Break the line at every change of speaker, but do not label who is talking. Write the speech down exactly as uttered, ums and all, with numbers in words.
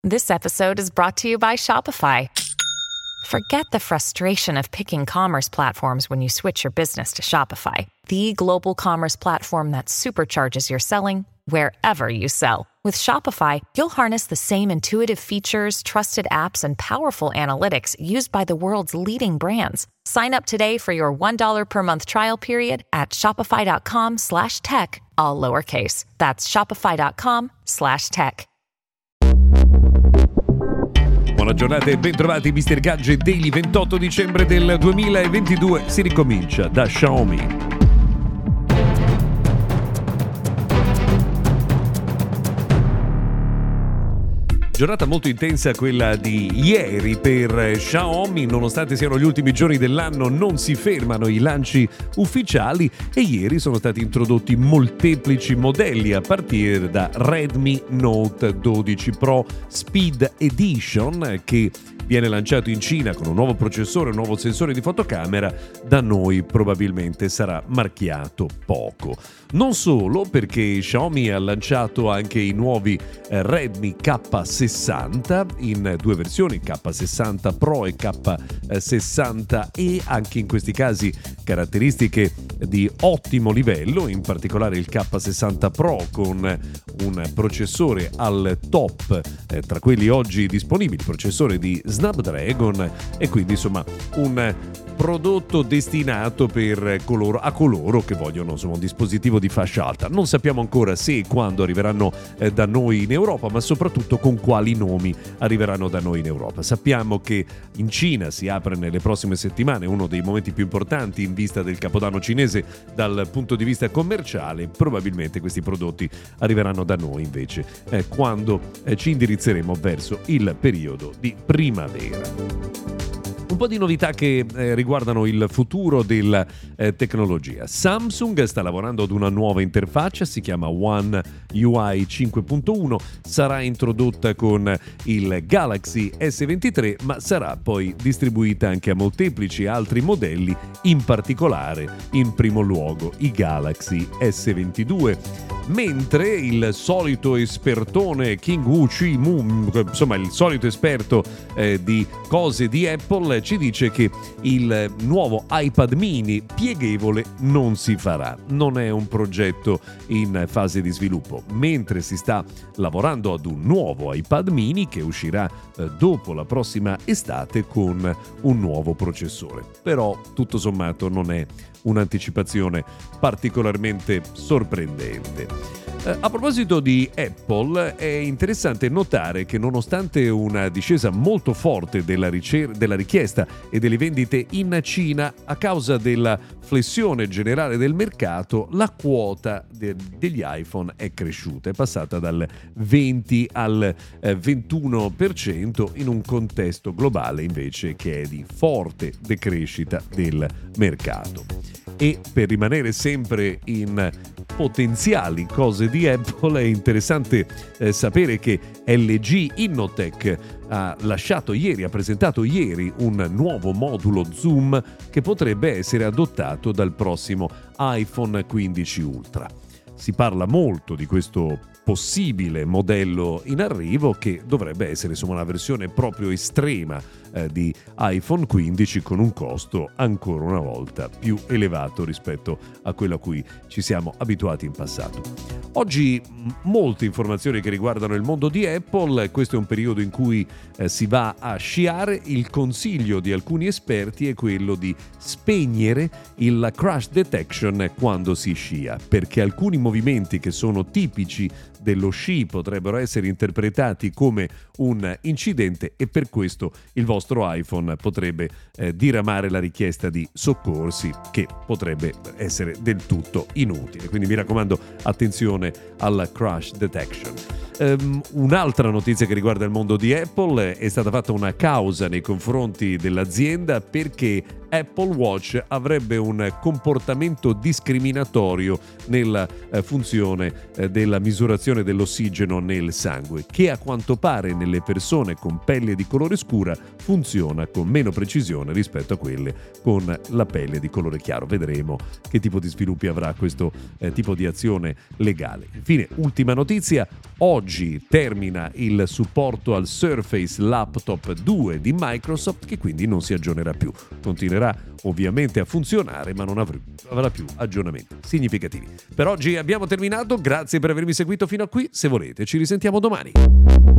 This episode is brought to you by Shopify. Forget the frustration of picking commerce platforms when you switch your business to Shopify, the global commerce platform that supercharges your selling wherever you sell. With Shopify, you'll harness the same intuitive features, trusted apps, and powerful analytics used by the world's leading brands. Sign up today for your one dollar per month trial period at shopify.com slash tech, all lowercase. That's shopify.com slash tech.
Buona giornata e bentrovati mister Gadget Daily, ventotto dicembre del duemilaventidue. Si ricomincia da Xiaomi. Giornata molto intensa quella di ieri per Xiaomi, nonostante siano gli ultimi giorni dell'anno non si fermano i lanci ufficiali e ieri sono stati introdotti molteplici modelli a partire da Redmi Note dodici Pro Speed Edition, che viene lanciato in Cina con un nuovo processore, un nuovo sensore di fotocamera. Da noi probabilmente sarà marchiato poco. Non solo, perché Xiaomi ha lanciato anche i nuovi eh, Redmi K sessanta in due versioni, K sessanta Pro e K sessanta e, anche in questi casi caratteristiche di ottimo livello, in particolare il K sessanta Pro con un processore al top eh, tra quelli oggi disponibili, processore di Snapdragon, e quindi insomma un prodotto destinato per coloro, a coloro che vogliono insomma un dispositivo di fascia alta. Non sappiamo ancora se e quando arriveranno eh, da noi in Europa, ma soprattutto con quali nomi arriveranno da noi in Europa. Sappiamo che in Cina si apre nelle prossime settimane uno dei momenti più importanti in vista del Capodanno cinese dal punto di vista commerciale. Probabilmente questi prodotti arriveranno da noi invece eh, quando eh, ci indirizzeremo verso il periodo di primavera. Un po' di novità che eh, riguardano il futuro della eh, tecnologia. Samsung sta lavorando ad una nuova interfaccia, si chiama One U I cinque punto uno, sarà introdotta con il Galaxy S ventitré, ma sarà poi distribuita anche a molteplici altri modelli, in particolare, in primo luogo, i Galaxy S ventidue. Mentre il solito espertone King Wu Chi Mu, insomma il solito esperto eh, di cose di Apple, ci dice che il nuovo iPad mini pieghevole non si farà. Non è un progetto in fase di sviluppo, mentre si sta lavorando ad un nuovo iPad mini che uscirà eh, dopo la prossima estate con un nuovo processore. Però tutto sommato non è un'anticipazione particolarmente sorprendente. Eh, a proposito di Apple, è interessante notare che nonostante una discesa molto forte della, ricer- della richiesta e delle vendite in Cina, a causa della flessione generale del mercato, la quota de- degli iPhone è cresciuta, è passata dal venti al eh, ventuno per cento in un contesto globale invece che è di forte decrescita del mercato. E per rimanere sempre in potenziali cose di Apple, è interessante eh, sapere che L G Innotech ha lasciato ieri, ha presentato ieri un nuovo modulo zoom che potrebbe essere adottato dal prossimo iPhone quindici Ultra. Si parla molto di questo possibile modello in arrivo, che dovrebbe essere insomma una versione proprio estrema eh, di iPhone quindici, con un costo ancora una volta più elevato rispetto a quello a cui ci siamo abituati in passato. Oggi molte informazioni che riguardano il mondo di Apple. Questo è un periodo in cui eh, si va a sciare. Il consiglio di alcuni esperti è quello di spegnere il crash detection quando si scia, perché alcuni movimenti che sono tipici dello sci potrebbero essere interpretati come un incidente, e per questo il vostro iPhone potrebbe eh, diramare la richiesta di soccorsi, che potrebbe essere del tutto inutile. Quindi mi raccomando, attenzione alla crash detection. Um, un'altra notizia che riguarda il mondo di Apple: è stata fatta una causa nei confronti dell'azienda perché Apple Watch avrebbe un comportamento discriminatorio nella eh, funzione eh, della misurazione dell'ossigeno nel sangue, che a quanto pare nelle persone con pelle di colore scura funziona con meno precisione rispetto a quelle con la pelle di colore chiaro. Vedremo che tipo di sviluppi avrà questo eh, tipo di azione legale. Infine, ultima notizia: oggi termina il supporto al Surface Laptop due di Microsoft, che quindi non si aggiornerà più. Continuerà ovviamente a funzionare, ma non avrà, avrà più aggiornamenti significativi. Per oggi abbiamo terminato, grazie per avermi seguito fino a qui. Se volete ci risentiamo domani.